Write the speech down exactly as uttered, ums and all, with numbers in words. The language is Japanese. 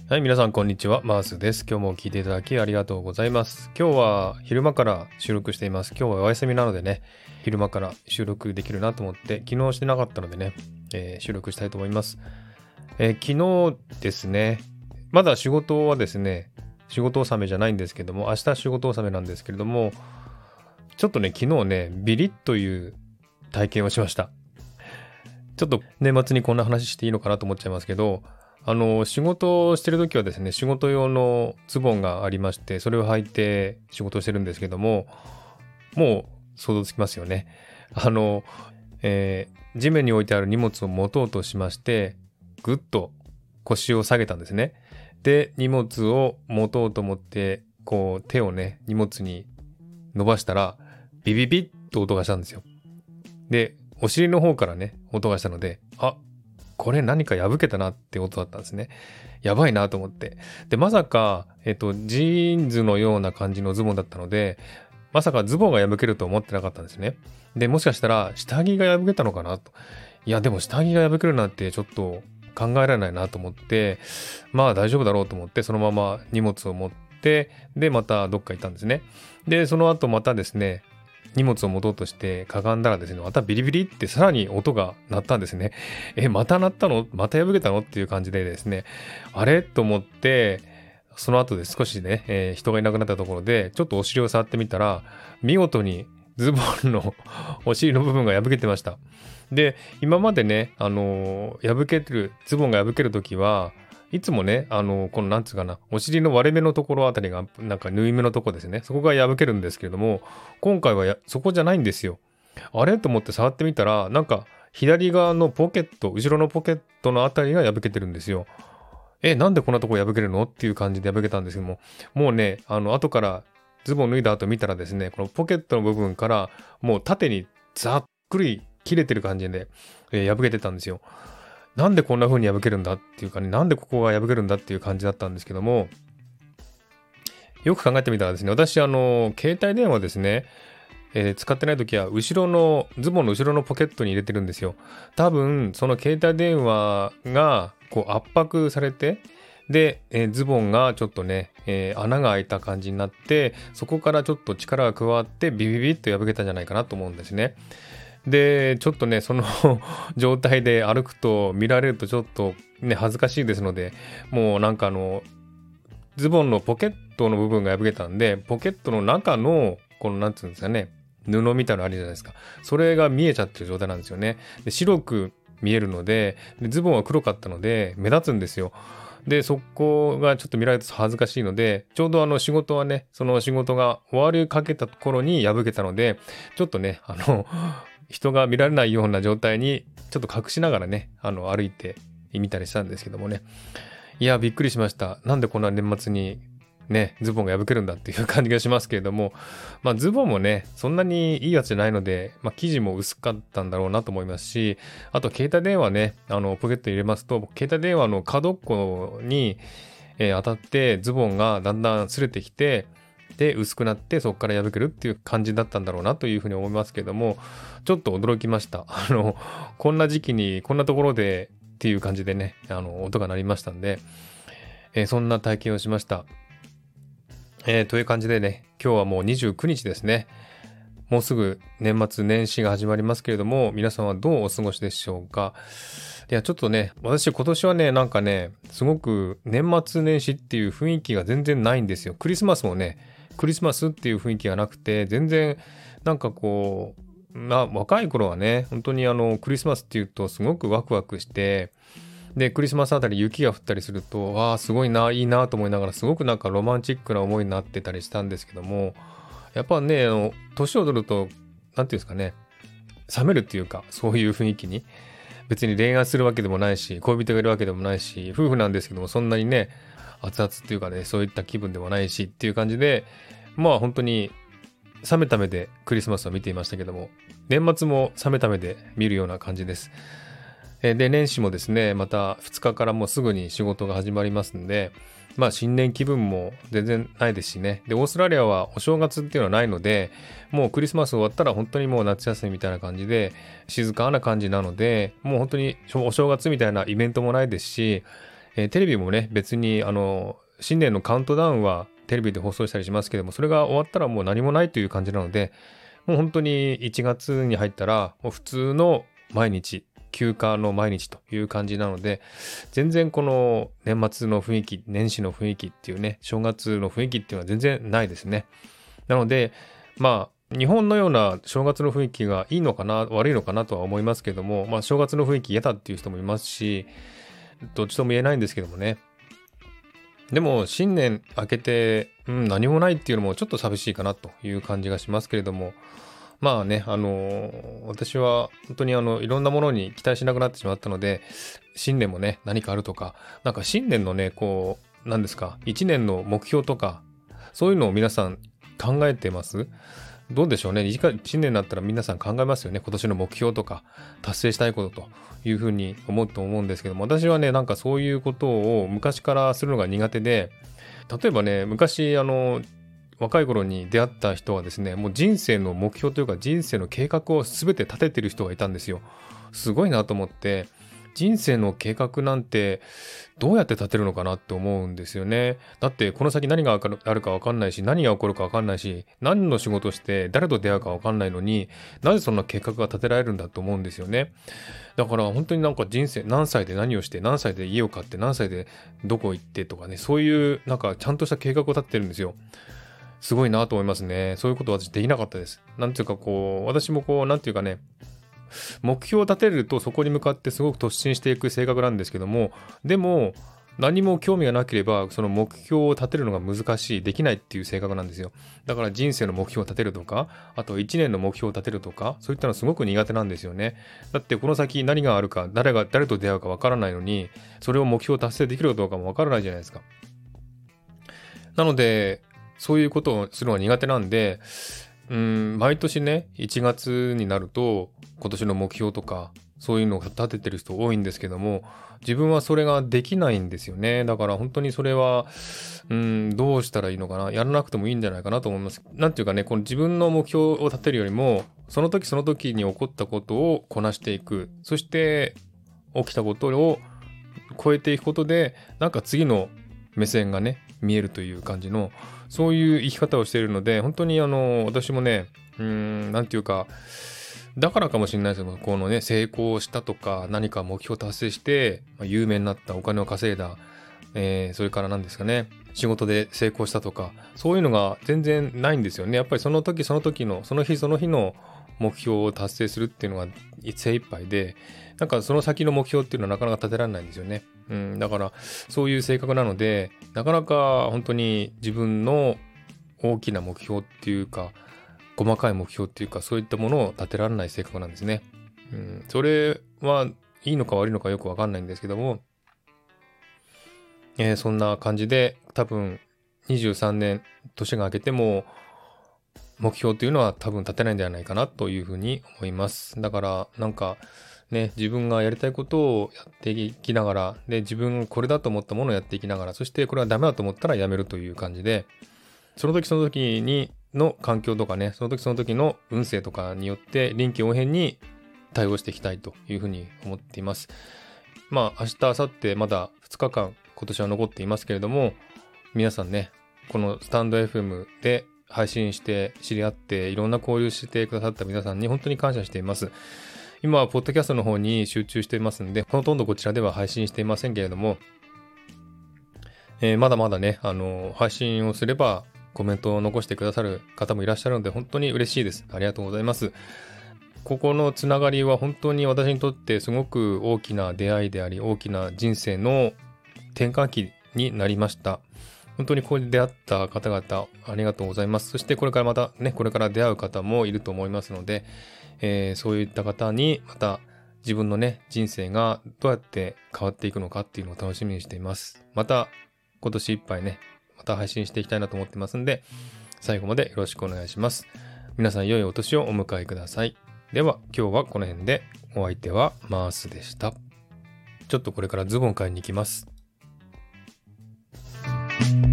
はい、皆さんこんにちは、マースです。今日も聞いていただきありがとうございます。今日は昼間から収録しています。今日はお休みなのでね、昼間から収録できるなと思って、昨日してなかったのでね、えー収録したいと思います。えー昨日ですね、まだ仕事はですね、仕事納めじゃないんですけども、明日仕事納めなんですけれども、ちょっとね、昨日ね、ビリッという体験をしました。ちょっと年末にこんな話していいのかなと思っちゃいますけど、あの、仕事をしてるときはですね、仕事用のズボンがありまして、それを履いて仕事をしてるんですけども、もう想像つきますよね。あの、えー地面に置いてある荷物を持とうとしまして、ぐっと腰を下げたんですね。で、荷物を持とうと思って、こう手をね、荷物に伸ばしたら、ビビビッと音がしたんですよ。で、お尻の方からね、音がしたので、あ、これ何か破けたなって音だったんですね。やばいなと思って。で、まさか、えっと、ジーンズのような感じのズボンだったので、まさかズボンが破けると思ってなかったんですね。で、もしかしたら下着が破けたのかなと。いや、でも下着が破けるなんてちょっと考えられないなと思って、まあ大丈夫だろうと思って、そのまま荷物を持って、で、またどっか行ったんですね。で、その後またですね、荷物を持とうとしてかがんだらですね、またビリビリってさらに音が鳴ったんですね。え、また鳴ったのまた破けたのっていう感じでですね、あれと思って、その後で少しね、えー人がいなくなったところで、ちょっとお尻を触ってみたら、見事にズボンのお尻の部分が破けてました。で、今までね、あのー破けてる、ズボンが破けるときは、いつもね、あのーこのなんつうかな、お尻の割れ目のところあたりが、なんか縫い目のとこですね。そこが破けるんですけれども、今回はやそこじゃないんですよ。あれと思って触ってみたら、なんか左側のポケット、後ろのポケットのあたりが破けてるんですよ。え、なんでこんなとこ破けるのっていう感じで破けたんですけども、もうね、あの、後からズボン脱いだ後見たらですね、このポケットの部分からもう縦にざっくり切れてる感じで、えー破けてたんですよ。なんでこんな風に破けるんだっていうかね、なんでここが破けるんだっていう感じだったんですけども、よく考えてみたらですね、私、あの、携帯電話ですね、えー使ってない時は、後ろの、ズボンの後ろのポケットに入れてるんですよ。多分、その携帯電話が、こう、圧迫されて、で、えーズボンがちょっとね、えー穴が開いた感じになって、そこからちょっと力が加わって、ビビビッと破けたんじゃないかなと思うんですね。で、ちょっとね、その状態で歩くと、見られるとちょっとね、恥ずかしいですので、もうなんかあの、ズボンのポケットの部分が破けたんで、ポケットの中の、このなんつうんですかね、布みたいなのあるじゃないですか。それが見えちゃってる状態なんですよね。で、白く見えるので、でズボンは黒かったので、目立つんですよ。で、そこがちょっと見られると恥ずかしいので、ちょうどあの仕事はね、その仕事が終わりかけた頃に破けたので、ちょっとね、あの、人が見られないような状態に、ちょっと隠しながらね、あの、歩いてみたりしたんですけどもね。いや、びっくりしました。なんでこんな年末にね、ズボンが破けるんだっていう感じがしますけれども、まあズボンもね、そんなにいいやつじゃないので、まあ生地も薄かったんだろうなと思いますし、あと携帯電話ね、あの、ポケットに入れますと、携帯電話の角っこに、えー当たってズボンがだんだん擦れてきて、で、薄くなってそこから破けるっていう感じだったんだろうなというふうに思いますけれども、ちょっと驚きました。あの、こんな時期にこんなところでっていう感じでね、あの、音が鳴りましたんで、えーそんな体験をしました。えーという感じでね、今日はもうにじゅうくにちですね。もうすぐ年末年始が始まりますけれども、皆さんはどうお過ごしでしょうか。いや、ちょっとね、私今年はね、なんかね、すごく年末年始っていう雰囲気が全然ないんですよ。クリスマスもね、クリスマスっていう雰囲気がなくて、全然なんかこう、まあ若い頃はね、本当にあのクリスマスっていうとすごくワクワクして、で、クリスマスあたり雪が降ったりすると、わあ、すごいな、いいなと思いながら、すごくなんかロマンチックな思いになってたりしたんですけども、やっぱね、あの、年を取ると、なんていうんですかね、冷めるっていうか、そういう雰囲気に、別に恋愛するわけでもないし、恋人がいるわけでもないし、夫婦なんですけども、そんなにね、熱々っていうかね、そういった気分でもないしっていう感じで、まあ本当に冷めた目でクリスマスを見ていましたけども、年末も冷めた目で見るような感じです。えーで、年始もですね、またふつかからもうすぐに仕事が始まりますんで、まあ新年気分も全然ないですしね。で、オーストラリアはお正月っていうのはないので、もうクリスマス終わったら本当にもう夏休みみたいな感じで、静かな感じなので、もう本当にお正月みたいなイベントもないですし、 えー、テレビもね、別にあの、新年のカウントダウンはテレビで放送したりしますけども、それが終わったらもう何もないという感じなので、もう本当にいちがつに入ったら、もう普通の毎日、休暇の毎日という感じなので、全然この年末の雰囲気、年始の雰囲気っていうね、正月の雰囲気っていうのは全然ないですね。なので、まあ、日本のような正月の雰囲気がいいのかな、悪いのかなとは思いますけども、まあ、正月の雰囲気嫌だっていう人もいますし、どっちとも言えないんですけどもね。でも、新年明けて、うん、何もないっていうのもちょっと寂しいかなという感じがしますけれども、まあね、あのー私は本当にあの、いろんなものに期待しなくなってしまったので、新年もね、何かあるとか、なんか新年のね、こう、何ですか、一年の目標とか、そういうのを皆さん考えてます？どうでしょうね。一年になったら皆さん考えますよね。今年の目標とか、達成したいことというふうに思うと思うんですけども、私はね、なんかそういうことを昔からするのが苦手で、例えばね、昔、あの、若い頃に出会った人はですね、もう人生の目標というか人生の計画を全て立ててる人がいたんですよ。すごいなと思って、人生の計画なんてどうやって立てるのかなって思うんですよね。だってこの先何があるか分かんないし、何が起こるか分かんないし、何の仕事をして誰と出会うか分かんないのに、なぜそんな計画が立てられるんだと思うんですよね。だから本当になんか人生何歳で何をして、何歳で家を買って、何歳でどこ行ってとかね、そういうなんかちゃんとした計画を立ててるんですよ。すごいなと思いますね。そういうこと私できなかったです。なんていうかこう、私もこう、なんていうかね、目標を立てるとそこに向かってすごく突進していく性格なんですけども、でも何も興味がなければその目標を立てるのが難しい、できないっていう性格なんですよ。だから人生の目標を立てるとか、あといちねんの目標を立てるとか、そういったのすごく苦手なんですよね。だってこの先何があるか、誰が誰と出会うかわからないのに、それを目標達成できるかどうかもわからないじゃないですか。なので、そういうことをするのが苦手なんで、うーん、毎年ね、いちがつになると、今年の目標とか、そういうのを立ててる人多いんですけども、自分はそれができないんですよね。だから本当にそれは、うーん、どうしたらいいのかな。やらなくてもいいんじゃないかなと思います。なんていうかね、この自分の目標を立てるよりも、その時その時に起こったことをこなしていく。そして、起きたことを超えていくことで、なんか次の目線がね、見えるという感じの、そういう生き方をしているので、本当にあの、私もね、うーん、なんていうか、だからかもしれないですけど、このね、成功したとか、何か目標達成して、まあ、有名になった、お金を稼いだ、えー、それから何ですかね、仕事で成功したとか、そういうのが全然ないんですよね。やっぱりその時その時の、その日その日の目標を達成するっていうのが精一杯で、なんかその先の目標っていうのはなかなか立てられないんですよね。うん、だからそういう性格なので、なかなか本当に自分の大きな目標っていうか、細かい目標っていうか、そういったものを立てられない性格なんですね。うん、それはいいのか悪いのかよくわかんないんですけども、えーそんな感じで多分にじゅうさんねん年が明けても目標っていうのは多分立てないんじゃないかなというふうに思います。だからなんかね、自分がやりたいことをやっていきながら、で、自分これだと思ったものをやっていきながら、そしてこれはダメだと思ったらやめるという感じで、その時その時にの環境とかね、その時その時の運勢とかによって臨機応変に対応していきたいというふうに思っています。まあ明日、明後日まだふつかかん今年は残っていますけれども、皆さんね、このスタンド エフエム で配信して知り合っていろんな交流してくださった皆さんに本当に感謝しています。今はポッドキャストの方に集中していますので、ほとんどこちらでは配信していませんけれども、えーまだまだね、あのー配信をすればコメントを残してくださる方もいらっしゃるので本当に嬉しいです。ありがとうございます。ここのつながりは本当に私にとってすごく大きな出会いであり、大きな人生の転換期になりました。本当にここで出会った方々ありがとうございます。そしてこれからまたね、これから出会う方もいると思いますので、えーそういった方にまた自分のね、人生がどうやって変わっていくのかっていうのを楽しみにしています。また今年いっぱいね、また配信していきたいなと思ってますんで、最後までよろしくお願いします。皆さん良いお年をお迎えください。では今日はこの辺で、お相手はマースでした。ちょっとこれからズボン買いに行きます。